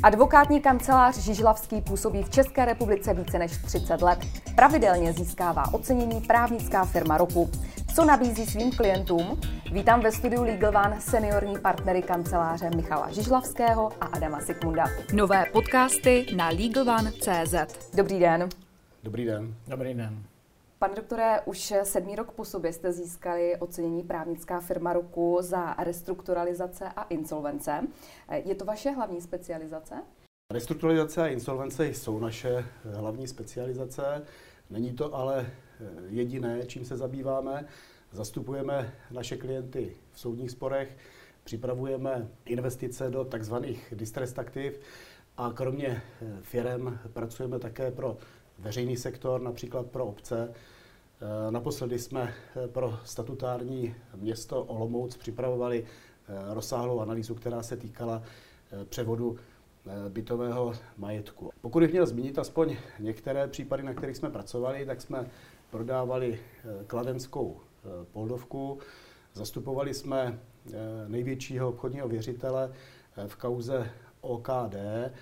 Advokátní kancelář Žižlavský působí v České republice více než 30 let. Pravidelně získává ocenění Právnická firma roku. Co nabízí svým klientům? Vítám ve studiu Legal One seniorní partnery kanceláře Michala Žižlavského a Adama Sikmunda. Nové podcasty na LegalOne.cz. Dobrý den. Dobrý den. Dobrý den. Pane doktore, už 7. rok po sobě jste získali ocenění Právnická firma roku za restrukturalizace a insolvence. Je to vaše hlavní specializace? Restrukturalizace a insolvence jsou naše hlavní specializace. Není to ale jediné, čím se zabýváme. Zastupujeme naše klienty v soudních sporech, připravujeme investice do takzvaných distressed aktiv a kromě firem pracujeme také pro veřejný sektor, například pro obce. Naposledy jsme pro statutární město Olomouc připravovali rozsáhlou analýzu, která se týkala převodu bytového majetku. Pokud bych měl zmínit aspoň některé případy, na kterých jsme pracovali, tak jsme prodávali kladenskou Poldovku, zastupovali jsme největšího obchodního věřitele v kauze OKD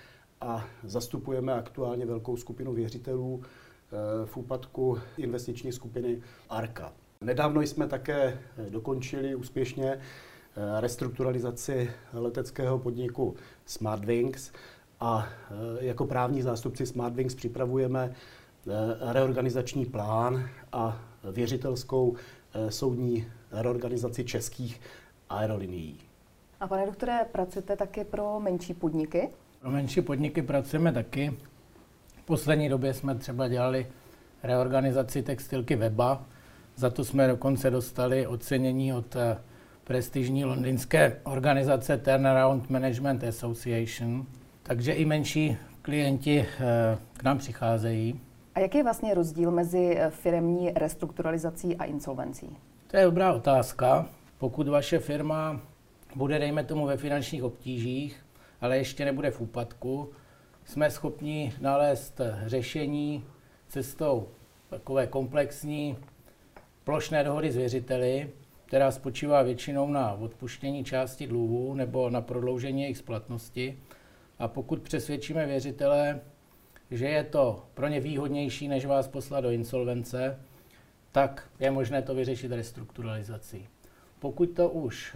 a zastupujeme aktuálně velkou skupinu věřitelů v úpadku investiční skupiny Arka. Nedávno jsme také dokončili úspěšně restrukturalizaci leteckého podniku SmartWings a jako právní zástupci SmartWings připravujeme reorganizační plán a věřitelskou soudní reorganizaci českých aerolinií. A pane doktore, pracujete také pro menší podniky? Pro menší podniky pracujeme taky. V poslední době jsme třeba dělali reorganizaci textilky Weba. Za to jsme dokonce dostali ocenění od prestižní londýnské organizace Turnaround Management Association. Takže i menší klienti k nám přicházejí. A jaký je vlastně rozdíl mezi firemní restrukturalizací a insolvencí? To je dobrá otázka. Pokud vaše firma bude, dejme tomu, ve finančních obtížích, ale ještě nebude v úpadku, jsme schopni nalézt řešení cestou takové komplexní plošné dohody s věřiteli, která spočívá většinou na odpuštění části dluhů nebo na prodloužení jejich splatnosti. A pokud přesvědčíme věřitele, že je to pro ně výhodnější, než vás poslat do insolvence, tak je možné to vyřešit restrukturalizací. Pokud to už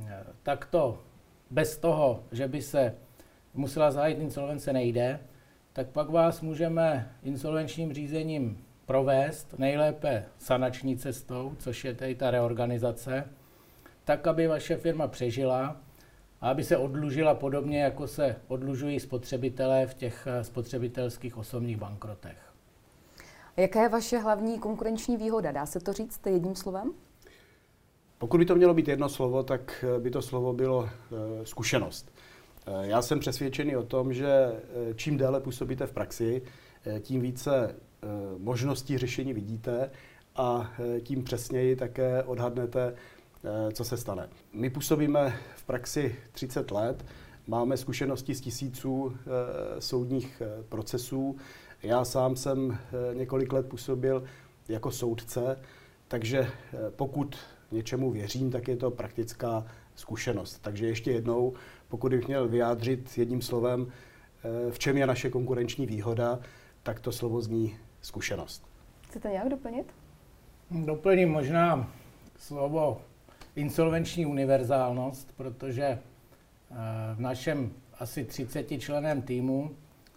takto bez toho, že by se musela zahájit insolvence, nejde, tak pak vás můžeme insolvenčním řízením provést, nejlépe sanační cestou, což je tady ta reorganizace, tak, aby vaše firma přežila a aby se oddlužila podobně, jako se oddlužují spotřebitelé v těch spotřebitelských osobních bankrotech. Jaká je vaše hlavní konkurenční výhoda? Dá se to říct jedním slovem? Pokud by to mělo být jedno slovo, tak by to slovo bylo zkušenost. Já jsem přesvědčený o tom, že čím déle působíte v praxi, tím více možností řešení vidíte a tím přesněji také odhadnete, co se stane. My působíme v praxi 30 let, máme zkušenosti z tisíců soudních procesů. Já sám jsem několik let působil jako soudce, takže pokud něčemu věřím, tak je to praktická zkušenost. Takže ještě jednou, pokud bych měl vyjádřit jedním slovem, v čem je naše konkurenční výhoda, tak to slovo zní zkušenost. Chcete nějak doplnit? Doplním možná slovo insolvenční univerzálnost, protože v našem asi 30členném týmu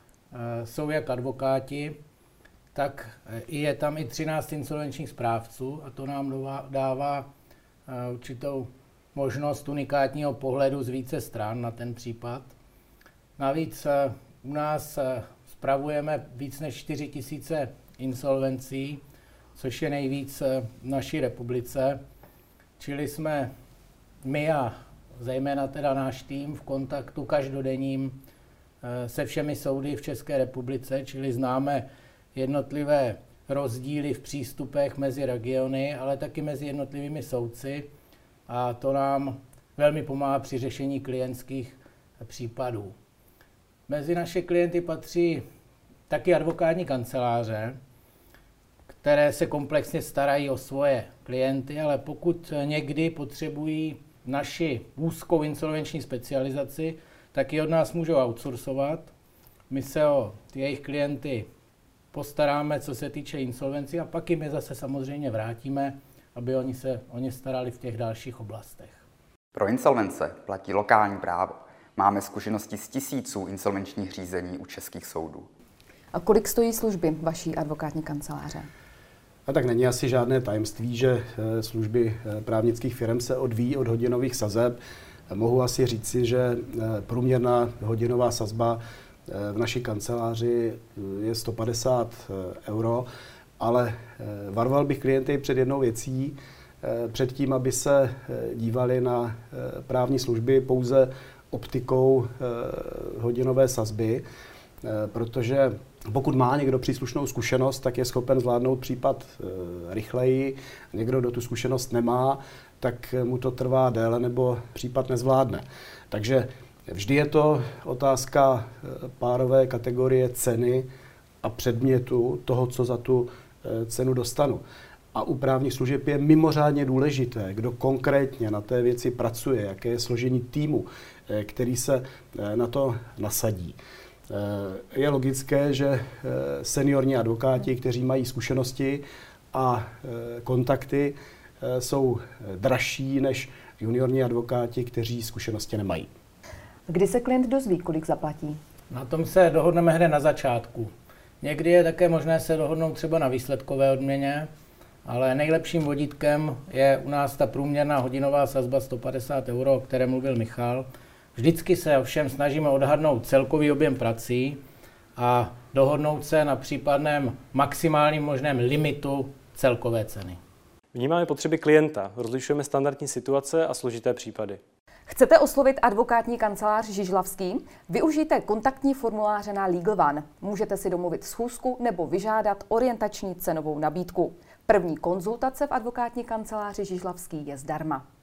jsou jak advokáti, tak je tam i 13 insolvenčních správců a to nám dává určitou možnost unikátního pohledu z více stran na ten případ. Navíc u nás spravujeme víc než 4 000 insolvencí, což je nejvíc v naší republice. Čili jsme my a zejména teda náš tým v kontaktu každodenním se všemi soudy v České republice, čili známe jednotlivé rozdíly v přístupech mezi regiony, ale taky mezi jednotlivými soudci a to nám velmi pomáhá při řešení klientských případů. Mezi naše klienty patří taky advokátní kanceláře, které se komplexně starají o svoje klienty, ale pokud někdy potřebují naši úzkou insolvenční specializaci, tak ji od nás můžou outsourcovat. My se o jejich klienty postaráme, co se týče insolvencí, a pak jim je zase samozřejmě vrátíme, aby oni se o ně starali v těch dalších oblastech. Pro insolvence platí lokální právo. Máme zkušenosti z tisíců insolvenčních řízení u českých soudů. A kolik stojí služby vaší advokátní kanceláře? A tak není asi žádné tajemství, že služby právnických firm se odvíjí od hodinových sazeb. Mohu asi říci, že průměrná hodinová sazba v naší kanceláři je 150 euro, ale varoval bych klienty před jednou věcí, před tím, aby se dívali na právní služby pouze optikou hodinové sazby, protože pokud má někdo příslušnou zkušenost, tak je schopen zvládnout případ rychleji. Někdo, kdo tu zkušenost nemá, tak mu to trvá déle nebo případ nezvládne. Takže vždy je to otázka párové kategorie ceny a předmětu toho, co za tu cenu dostanu. A u právních služeb je mimořádně důležité, kdo konkrétně na té věci pracuje, jaké je složení týmu, který se na to nasadí. Je logické, že seniorní advokáti, kteří mají zkušenosti a kontakty, jsou dražší než juniorní advokáti, kteří zkušenosti nemají. Kdy se klient dozví, kolik zaplatí? Na tom se dohodneme hned na začátku. Někdy je také možné se dohodnout třeba na výsledkové odměně, ale nejlepším vodítkem je u nás ta průměrná hodinová sazba 150 euro, o které mluvil Michal. Vždycky se ovšem snažíme odhadnout celkový objem prací a dohodnout se na případném maximálním možném limitu celkové ceny. Vnímáme potřeby klienta, rozlišujeme standardní situace a složité případy. Chcete oslovit advokátní kancelář Žižlavský? Využijte kontaktní formuláře na Legal One. Můžete si domluvit schůzku nebo vyžádat orientační cenovou nabídku. První konzultace v advokátní kanceláři Žižlavský je zdarma.